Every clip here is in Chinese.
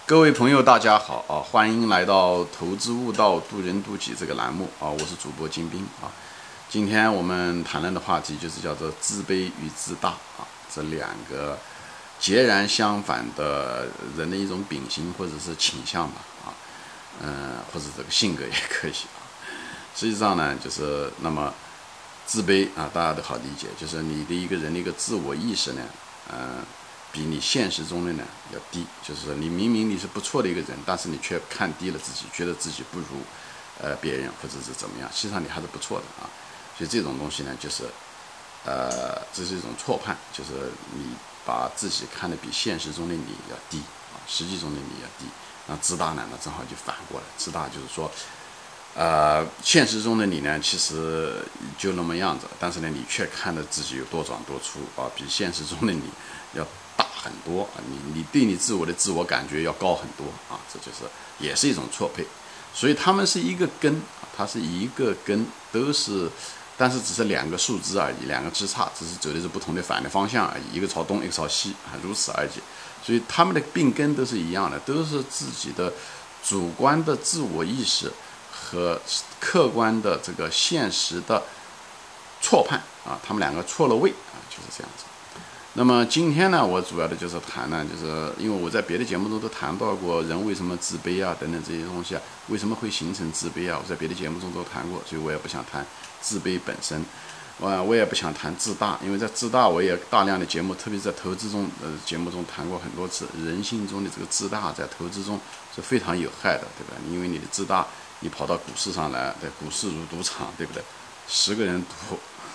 各位朋友，大家好啊！欢迎来到投资悟道渡人渡己这个栏目啊！我是主播金兵啊。今天我们谈论的话题就是叫做自卑与自大啊，这两个截然相反的人的一种秉性或者是倾向吧啊，或者这个性格也可以啊。实际上呢，就是那么自卑啊，大家都好理解，就是你的一个人的一个自我意识呢，比你现实中的呢要低，就是说你明明你是不错的一个人，但是你却看低了自己，觉得自己不如别人或者是怎么样，实际上你还是不错的啊。所以这种东西呢，就是这是一种错判，就是你把自己看得比现实中的你要低啊，实际中的你要低。那自大呢，那正好就反过来，自大就是说现实中的你呢，其实就那么样子，但是呢，你却看着自己有多壮多粗啊，比现实中的你要大很多啊，你对你自我的自我感觉要高很多啊，这就是也是一种错配，所以他们是一个根，它是一个根，都是，但是只是两个树枝而已，两个枝杈，只是走的是不同的反的方向而已，一个朝东，一个朝西，如此而已。所以他们的病根都是一样的，都是自己的主观的自我意识和客观的这个现实的错判啊，他们两个错了位啊，就是这样子。那么今天呢，我主要的就是谈呢，就是因为我在别的节目中都谈到过人为什么自卑啊等等这些东西啊，为什么会形成自卑啊，我在别的节目中都谈过，所以我也不想谈自卑本身。我也不想谈自大，因为在自大我也大量的节目，特别在投资中节目中谈过很多次，人性中的这个自大在投资中是非常有害的，对吧？因为你的自大，你跑到股市上来，对，股市如赌场，对不对？10个人赌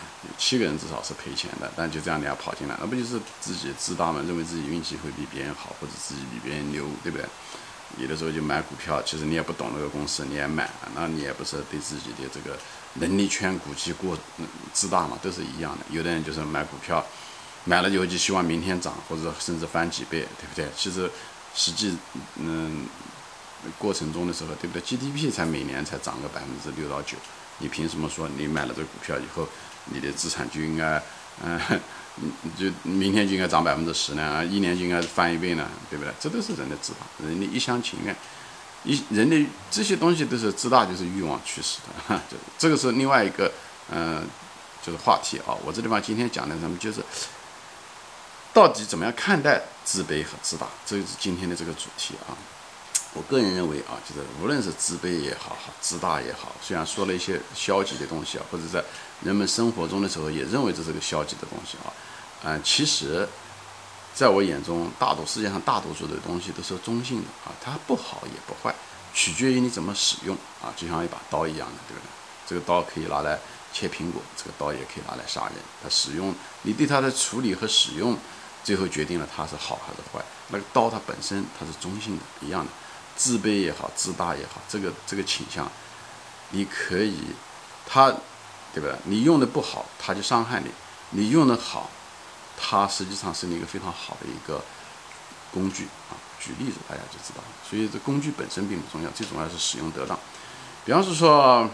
，7个人至少是赔钱的，但就这样你要跑进来，那不就是自己自大嘛？认为自己运气会比别人好，或者自己比别人牛，对不对？有的时候就买股票，其实你也不懂那个公司，你也买，那你也不是对自己的这个能力圈估计过自大嘛，都是一样的。有的人就是买股票，买了以后就希望明天涨，或者甚至翻几倍，对不对？其实实际过程中的时候，对不对 ？GDP 才每年才涨个6%到9%，你凭什么说你买了这个股票以后，你的资产就应该就明天就应该涨10%呢？1年就应该翻1倍呢？对不对？这都是人的自大，人的一厢情愿。人的这些东西都是自大，就是欲望驱使的，这个是另外一个就是话题啊。我这地方今天讲的什么，就是到底怎么样看待自卑和自大，这就是今天的这个主题啊。我个人认为啊，就是无论是自卑也好，自大也好，虽然说了一些消极的东西啊，或者在人们生活中的时候也认为这是个消极的东西啊，其实在我眼中，世界上大多数的东西都是中性的啊，它不好也不坏，取决于你怎么使用啊，就像一把刀一样的，对不对？这个刀可以拿来切苹果，这个刀也可以拿来杀人，它使用你对它的处理和使用，最后决定了它是好还是坏。那个刀它本身它是中性的，一样的。自卑也好，自大也好，这个倾向，你可以，对吧？你用的不好，它就伤害你；你用的好，它实际上是你一个非常好的一个工具啊。举例子大家就知道了。所以这工具本身并不重要，最重要是使用得当。比方说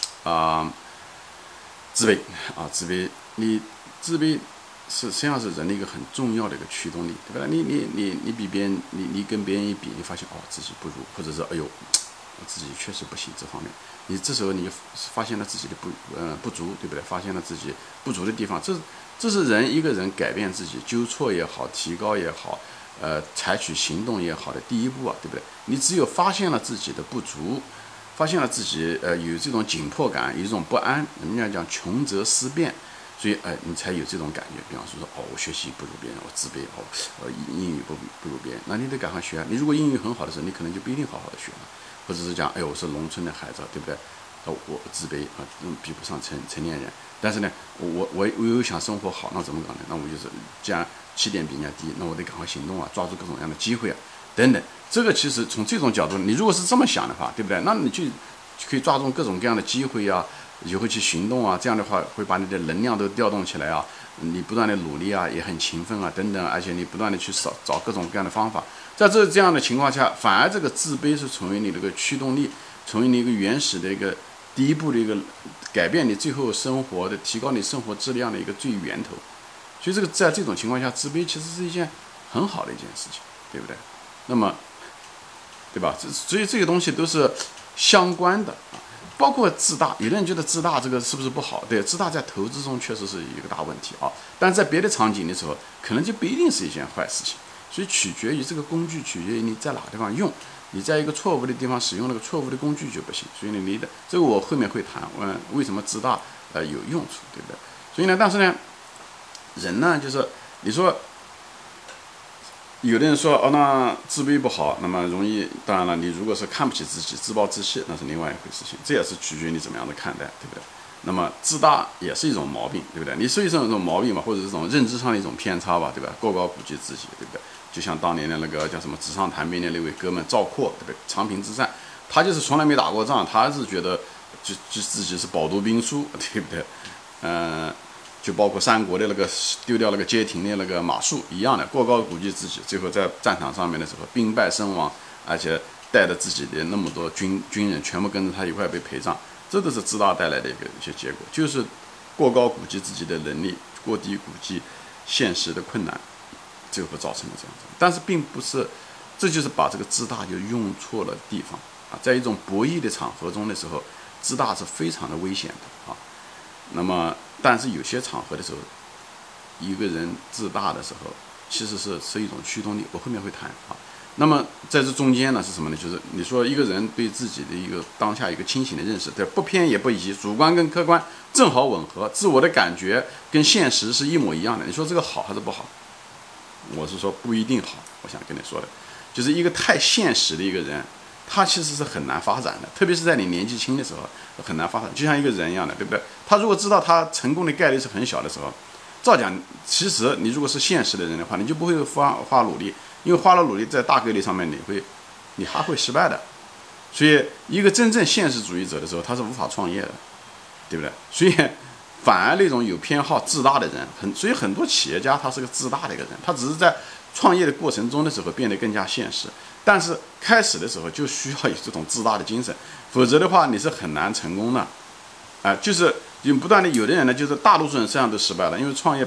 自卑啊，你自卑实际上是人的一个很重要的一个驱动力，对吧？你比别人，你跟别人一比，你发现自己不如，或者是哎呦，我自己确实不行这方面，你这时候你就发现了自己的不足，对不对？发现了自己不足的地方，这是一个人改变自己、纠错也好、提高也好，采取行动也好的第一步啊，对不对？你只有发现了自己的不足，发现了自己有这种紧迫感，有这种不安，人家讲穷则思变。所以，你才有这种感觉。比方说，我学习不如别人，我自卑，我英语不如别人，那你得赶快学。你如果英语很好的时候，你可能就不一定好好的学了，或者是讲，我是农村的孩子，对不对？我自卑啊，比不上成年人。但是呢，我又想生活好，那怎么搞呢？那我就是既然起点比人家低，那我得赶快行动啊，抓住各种各样的机会啊，等等。这个其实从这种角度，你如果是这么想的话，对不对？那你就可以抓住各种各样的机会啊。也会去行动啊，这样的话会把你的能量都调动起来啊，你不断的努力啊，也很勤奋啊，等等，而且你不断的去找各种各样的方法，在这样的情况下，反而这个自卑是成为你这个驱动力，成为你一个原始的一个第一步的一个改变你最后生活的、提高你生活质量的一个最源头。所以在这种情况下，自卑其实是一件很好的一件事情，对不对？那么对吧？所以这个东西都是相关的啊。包括自大，有的人觉得自大这个是不是不好？对，自大在投资中确实是一个大问题啊。但是在别的场景的时候，可能就不一定是一件坏事情。所以取决于这个工具，取决于你在哪个地方用。你在一个错误的地方使用那个错误的工具就不行。所以你的这个我后面会谈，为什么自大有用处，对不对？所以呢，但是呢，人呢就是你说。有的人说哦，那自卑不好，那么容易。当然了，你如果是看不起自己、自暴自弃，那是另外一回事情。这也是取决于你怎么样的看待，对不对？那么自大也是一种毛病，对不对？你是一种毛病嘛，或者是这种认知上的一种偏差吧，对吧？过高估计自己，对不对？就像当年的那个叫什么纸上谈兵的那位哥们赵括，对不对？长平之战，他就是从来没打过仗，他是觉得就自己是饱读兵书，对不对？就包括三国的那个丢掉那个街亭的那个马谡一样的，过高估计自己，最后在战场上面的时候兵败身亡，而且带着自己的那么多军人全部跟着他一块被陪葬，这都是自大带来的一些结果，就是过高估计自己的能力，过低估计现实的困难，最后造成了这样子。但是并不是，这就是把这个自大就用错了地方啊，在一种博弈的场合中的时候，自大是非常的危险的啊。那么，但是有些场合的时候，一个人自大的时候，其实是一种驱动力，我后面会谈啊。那么在这中间呢是什么呢？就是你说一个人对自己的一个当下一个清醒的认识，对，不偏也不倚，主观跟客观正好吻合，自我的感觉跟现实是一模一样的。你说这个好还是不好？我是说不一定好。我想跟你说的，就是一个太现实的一个人。他其实是很难发展的，特别是在你年纪轻的时候很难发展，就像一个人一样的，对不对？他如果知道他成功的概率是很小的时候，照讲，其实你如果是现实的人的话，你就不会花努力，因为花了努力在大概率上面你还会失败的。所以一个真正现实主义者的时候，他是无法创业的，对不对？所以反而那种有偏好自大的人，所以很多企业家他是个自大的一个人，他只是在创业的过程中的时候变得更加现实。但是开始的时候就需要有这种自大的精神，否则的话你是很难成功的，就是不断的有的人呢，就是大多数人实际上都失败了，因为创业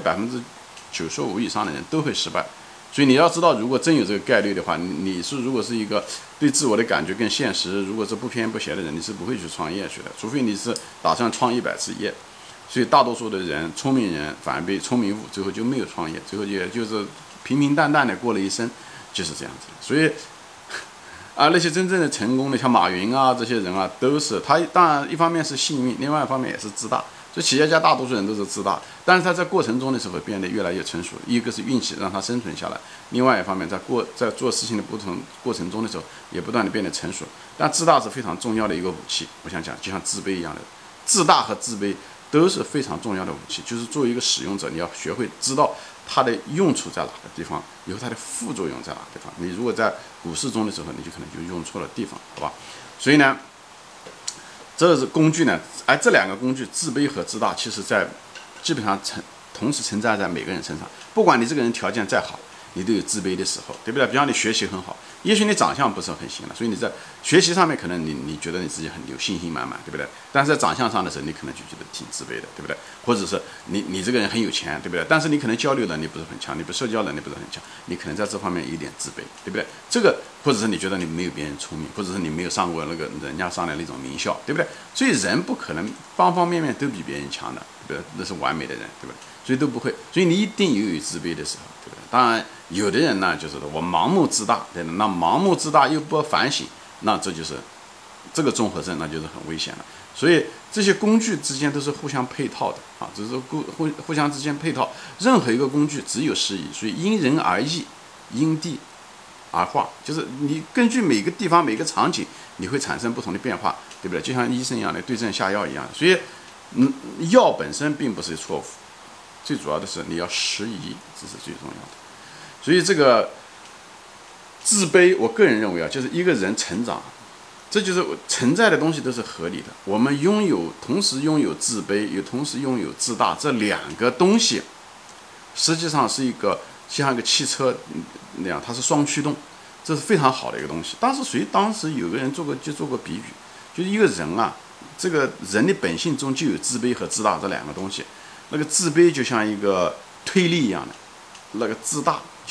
95%以上的人都会失败，所以你要知道，如果真有这个概率的话，你如果是一个对自我的感觉更现实，如果是不偏不斜的人，你是不会去创业去的，除非你是打算创100次业。所以大多数的人，聪明人反而被聪明误，最后就没有创业，最后就是平平淡淡的过了一生，就是这样子。所以。那些真正的成功的，像马云啊这些人啊，都是他当然一方面是幸运，另外一方面也是自大。所以企业家大多数人都是自大，但是他在过程中的时候变得越来越成熟。一个是运气让他生存下来，另外一方面在做事情的过程中的时候，也不断的变得成熟。但自大是非常重要的一个武器，我想讲就像自卑一样的，自大和自卑都是非常重要的武器。就是作为一个使用者，你要学会知道它的用处在哪个地方，以后它的副作用在哪个地方。你如果在股市中的时候，你就可能就用错了地方，好吧？所以呢，这是工具呢，这两个工具自卑和自大，其实在基本上同时存在在每个人身上。不管你这个人条件再好，你都有自卑的时候，对不对？比方你学习很好，也许你长相不是很行了，所以你在学习上面可能你觉得你自己很有信心满满，对不对？但是在长相上的时候，你可能就觉得挺自卑的，对不对？或者是你这个人很有钱，对不对？但是你可能交流能力不是很强，你不社交能力不是很强，你可能在这方面有点自卑，对不对？这个或者是你觉得你没有别人聪明，或者是你没有上过那个人家上的那种名校，对不对？所以人不可能方方面面都比别人强的，对不对？那是完美的人，对不对？所以都不会，所以你一定有自卑的时候，对不对？当然，有的人呢，就是我盲目自大，对的，那盲目自大又不反省，那这就是这个综合症，那就是很危险了。所以这些工具之间都是互相配套的啊，只是互相之间配套。任何一个工具只有适宜，所以因人而异，因地而化，就是你根据每个地方每个场景，你会产生不同的变化，对不对？就像医生一样的对症下药一样的。所以，药本身并不是错误。最主要的是你要适宜，这是最重要的。所以这个自卑，我个人认为就是一个人成长，这就是存在的东西都是合理的。我们同时拥有自卑，也同时拥有自大，这两个东西实际上是像一个汽车那样，它是双驱动，这是非常好的一个东西。当时有个人做过比喻，就是一个人啊，这个人的本性中就有自卑和自大这两个东西。那个自卑就像一个推力一样的，那个自大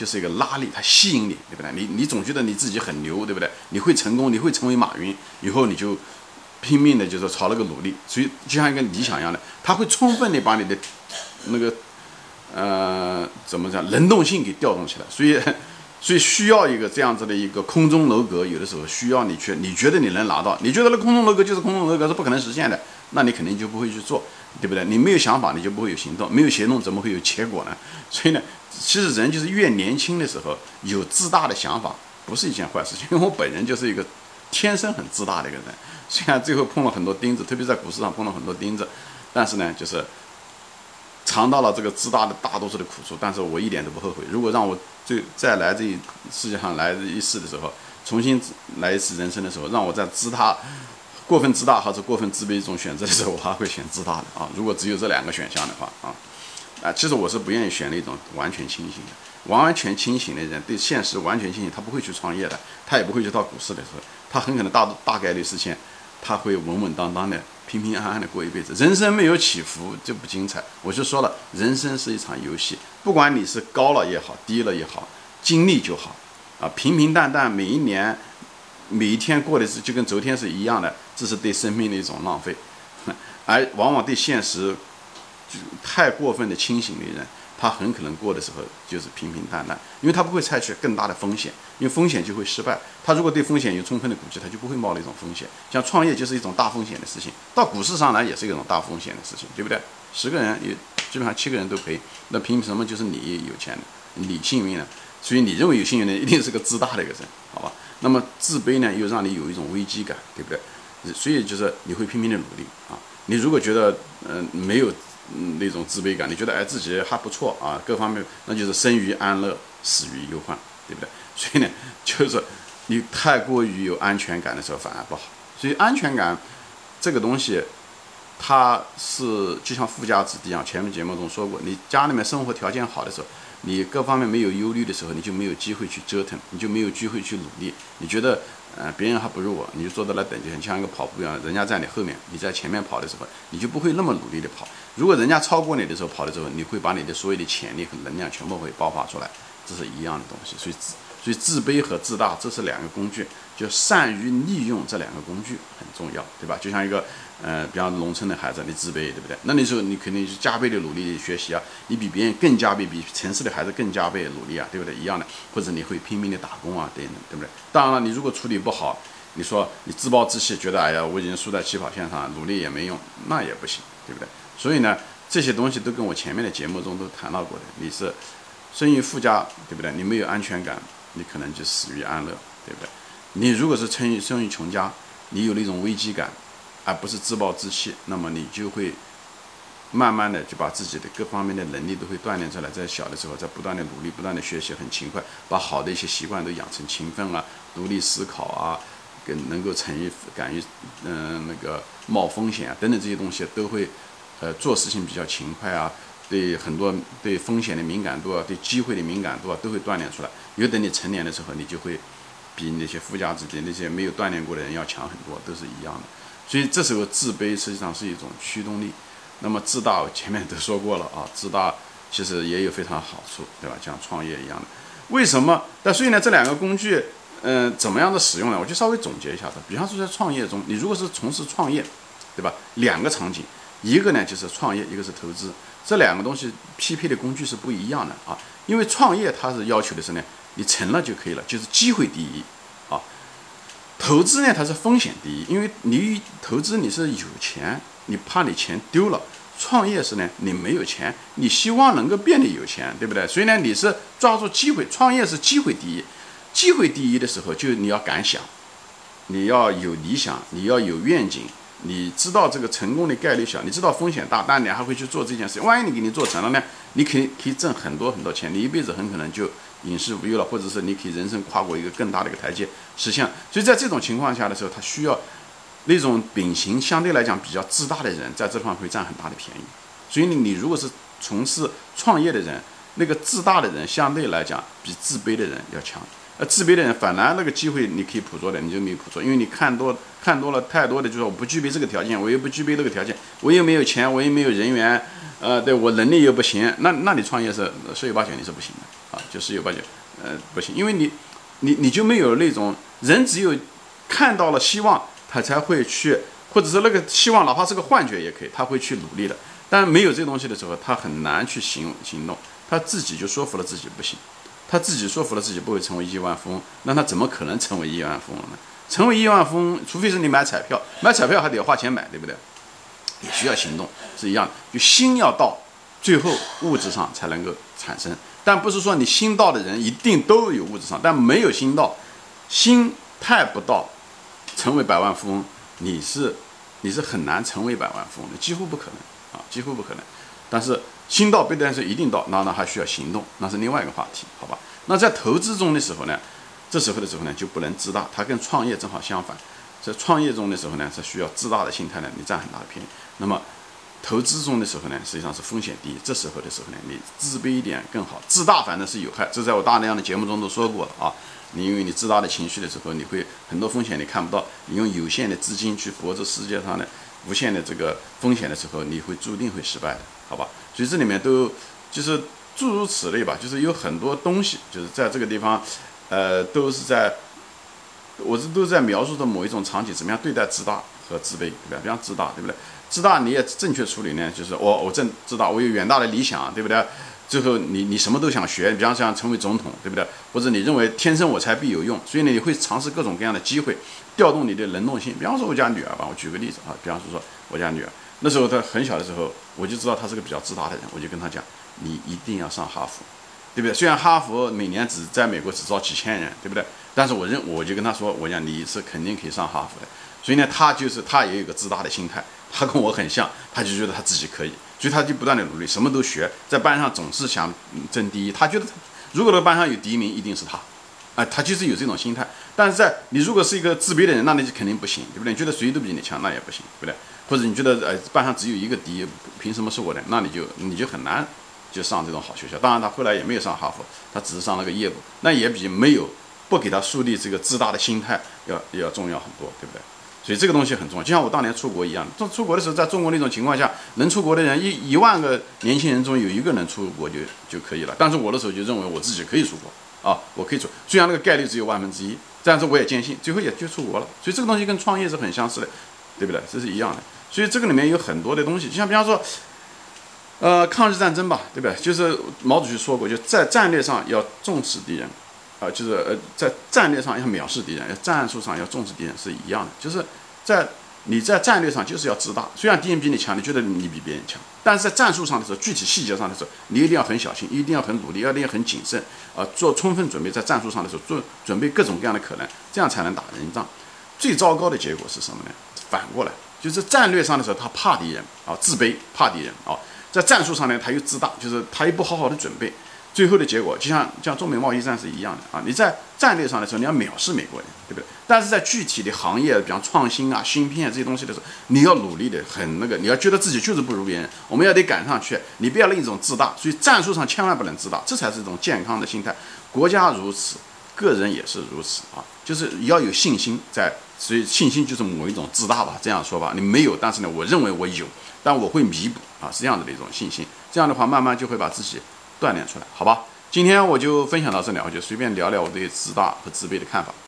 就是一个拉力，它吸引你，对不对？你总觉得你自己很牛，对不对？你会成功，你会成为马云，以后你就拼命的就是朝那个努力，所以就像一个理想一样的，它会充分的把你的那个怎么讲能动性给调动起来，所以需要一个这样子的一个空中楼阁，有的时候需要你去，你觉得你能拿到，你觉得那空中楼阁就是空中楼阁是不可能实现的，那你肯定就不会去做，对不对？你没有想法，你就不会有行动，没有行动怎么会有结果呢？所以呢，其实人就是越年轻的时候有自大的想法，不是一件坏事情。因为我本人就是一个天生很自大的一个人，虽然最后碰了很多钉子，特别在股市上碰了很多钉子，但是呢，就是尝到了这个自大的大多数的苦处，但是我一点都不后悔。如果让我再来这世界上来一世的时候，重新来一次人生的时候，让我在过分自大或者过分自卑这种选择的时候，我还会选自大的啊。如果只有这两个选项的话其实我是不愿意选那种完全清醒的。完全清醒的人，对现实完全清醒，他不会去创业的，他也不会去到股市的时候，他很可能大概率事情，他会稳稳当当的、平平安安的过一辈子。人生没有起伏就不精彩。我就说了，人生是一场游戏，不管你是高了也好，低了也好，经历就好平平淡淡，每一年、每一天过的是就跟昨天是一样的，这是对生命的一种浪费。而往往对现实太过分的清醒的人，他很可能过的时候就是平平淡淡，因为他不会采取更大的风险，因为风险就会失败。他如果对风险有充分的估计，他就不会冒那种风险。像创业就是一种大风险的事情，到股市上来也是一种大风险的事情，对不对？10个人有基本上7个人都赔，那凭什么就是你有钱呢？你幸运呢？所以你认为有幸运的一定是个自大的一个人，好吧？那么自卑呢，又让你有一种危机感，对不对？所以就是你会拼命的努力你如果觉得没有那种自卑感，你觉得自己还不错各方面，那就是生于安乐，死于忧患，对不对？所以呢，就是你太过于有安全感的时候反而不好。所以安全感这个东西，它是就像富家子弟一样，前面节目中说过，你家里面生活条件好的时候，你各方面没有忧虑的时候，你就没有机会去折腾，你就没有机会去努力。你觉得别人还不如我，你就坐在那等，就很像一个跑步一样，人家在你后面，你在前面跑的时候，你就不会那么努力的跑。如果人家超过你的时候跑的时候，你会把你的所有的潜力和能量全部会爆发出来，这是一样的东西。所以自卑和自大这是两个工具，就善于利用这两个工具很重要，对吧？就像一个比方农村的孩子，你自卑，对不对？那你说你肯定是加倍的努力学习你比别人更加倍，比城市的孩子更加倍努力对不对？一样的，或者你会拼命的打工等等，对不对？当然了，你如果处理不好，你说你自暴自弃，觉得哎呀我已经输在起跑线上，努力也没用，那也不行，对不对？所以呢，这些东西都跟我前面的节目中都谈到过的。你是生于富家，对不对？你没有安全感，你可能就死于安乐，对不对？你如果是生于穷家，你有那种危机感，而不是自暴自弃，那么你就会慢慢的就把自己的各方面的能力都会锻炼出来。在小的时候，在不断的努力、不断的学习，很勤快，把好的一些习惯都养成，勤奋独立思考跟能够敢于那个冒风险等等这些东西，都会做事情比较勤快对很多对风险的敏感度对机会的敏感度都会锻炼出来。有等你成年的时候，你就会比那些富家子弟那些没有锻炼过的人要强很多，都是一样的。所以这时候自卑实际上是一种驱动力。那么自大，我前面都说过了自大其实也有非常好处，对吧？像创业一样的。为什么？所以呢，这两个工具，怎么样的使用呢？我就稍微总结一下比方说在创业中，你如果是从事创业，对吧？两个场景，一个呢就是创业，一个是投资，这两个东西匹配的工具是不一样的因为创业它是要求的是呢，你成了就可以了，就是机会第一投资呢，它是风险第一，因为你投资你是有钱，你怕你钱丢了；创业是呢，你没有钱，你希望能够变得有钱，对不对？所以呢，你是抓住机会，创业是机会第一。机会第一的时候，就你要敢想，你要有理想，你要有愿景，你知道这个成功的概率小，你知道风险大，但你还会去做这件事。万一你给你做成了呢，你可以挣很多很多钱，你一辈子很可能就饮食无忧了，或者是你可以人生跨过一个更大的一个台阶实现。所以在这种情况下的时候，他需要那种秉行相对来讲比较自大的人，在这方面会占很大的便宜。所以你如果是从事创业的人，那个自大的人相对来讲比自卑的人要强。自卑的人反而那个机会你可以捕捉的，你就没有捕捉，因为你看多了太多的，就是我不具备这个条件，我又不具备那个条件，我又没有钱，我又没有人员，对我能力又不行，那你创业是10有8九你是不行的， 啊，就十有八九，不行，因为你就没有那种人只有看到了希望，他才会去，或者是那个希望哪怕是个幻觉也可以，他会去努力的。但没有这个东西的时候，他很难去行动，他自己就说服了自己不行，他自己说服了自己不会成为亿万富翁，那他怎么可能成为亿万富翁呢？成为亿万富翁，除非是你买彩票，买彩票还得要花钱买，对不对？也需要行动，是一样的，就心要到，最后物质上才能够产生。但不是说你心到的人一定都有物质上，但没有心到，心态不到，成为百万富翁，你是很难成为百万富翁的，几乎不可能啊，几乎不可能。但是心到不但是一定到，那还需要行动，那是另外一个话题，好吧？那在投资中的时候呢，这时候的时候呢就不能自大，它跟创业正好相反。在创业中的时候呢，是需要自大的心态呢，你占很大的便宜。那么投资中的时候呢，实际上是风险低，这时候的时候呢，你自卑一点更好。自大反正是有害，这在我大量的节目中都说过了啊。你因为你自大的情绪的时候，你会很多风险你看不到，你用有限的资金去搏这世界上的无限的这个风险的时候，你会注定会失败的，好吧？所以这里面都就是诸如此类吧，就是有很多东西，就是在这个地方，都是在。我这都在描述着某一种场景，怎么样对待自大和自卑，对不对？比方自大，对不对？自大你也正确处理呢，就是我自大，我有远大的理想，对不对？最后你什么都想学，比方想成为总统，对不对？或者你认为天生我材必有用，所以呢你会尝试各种各样的机会，调动你的能动性。比方说我家女儿吧，我举个例子啊，比方说我家女儿那时候她很小的时候，我就知道她是个比较自大的人，我就跟她讲，你一定要上哈佛。对不对？虽然哈佛每年在美国只招几千人，对不对？但是我就跟他说，我讲你是肯定可以上哈佛的。所以呢，他也有一个自大的心态，他跟我很像，他就觉得他自己可以，所以他就不断的努力，什么都学，在班上总是想争第一。他觉得如果这个班上有第一名，一定是他，他就是有这种心态。但是你如果是一个自卑的人，那你就肯定不行，对不对？你觉得谁都比你强，那也不行，对不对？或者你觉得班上只有一个第一，凭什么是我的？那你就很难。就上这种好学校，当然他后来也没有上哈佛，他只是上了个业务，那也比没有不给他树立这个自大的心态要重要很多，对不对？所以这个东西很重要，就像我当年出国一样，出国的时候，在中国那种情况下，能出国的人一万个年轻人中有一个人出国就可以了。但是我的时候就认为我自己可以出国啊，我可以出，虽然那个概率只有1/1000，但是我也坚信最后也就出国了。所以这个东西跟创业是很相似的，对不对？这是一样的。所以这个里面有很多的东西，就像比方说。抗日战争吧，对不对？就是毛主席说过，就在战略上要重视敌人，在战略上要藐视敌人，战术上要重视敌人是一样的。就是你在战略上就是要自大，虽然敌人比你强，你觉得你比别人强，但是在战术上的时候，具体细节上的时候，你一定要很小心，一定要很努力，一定要很谨慎，做充分准备。在战术上的时候，准备各种各样的可能，这样才能打人仗。最糟糕的结果是什么呢？反过来，就是战略上的时候，他怕敌人啊，自卑，怕敌人啊。在战术上呢，他又自大，就是他又不好好的准备，最后的结果就像中美贸易战是一样的啊。你在战略上的时候，你要藐视美国人，对不对？但是在具体的行业，比方创新啊、芯片这些东西的时候，你要努力的很你要觉得自己就是不如别人，我们要得赶上去，你不要那一种自大。所以战术上千万不能自大，这才是一种健康的心态。国家如此，个人也是如此啊，就是要有信心在。所以信心就是某一种自大吧，这样说吧，你没有，但是呢，我认为我有，但我会弥补啊，是这样的一种信心。这样的话，慢慢就会把自己锻炼出来，好吧？今天我就分享到这里，我就随便聊聊我对自大和自卑的看法。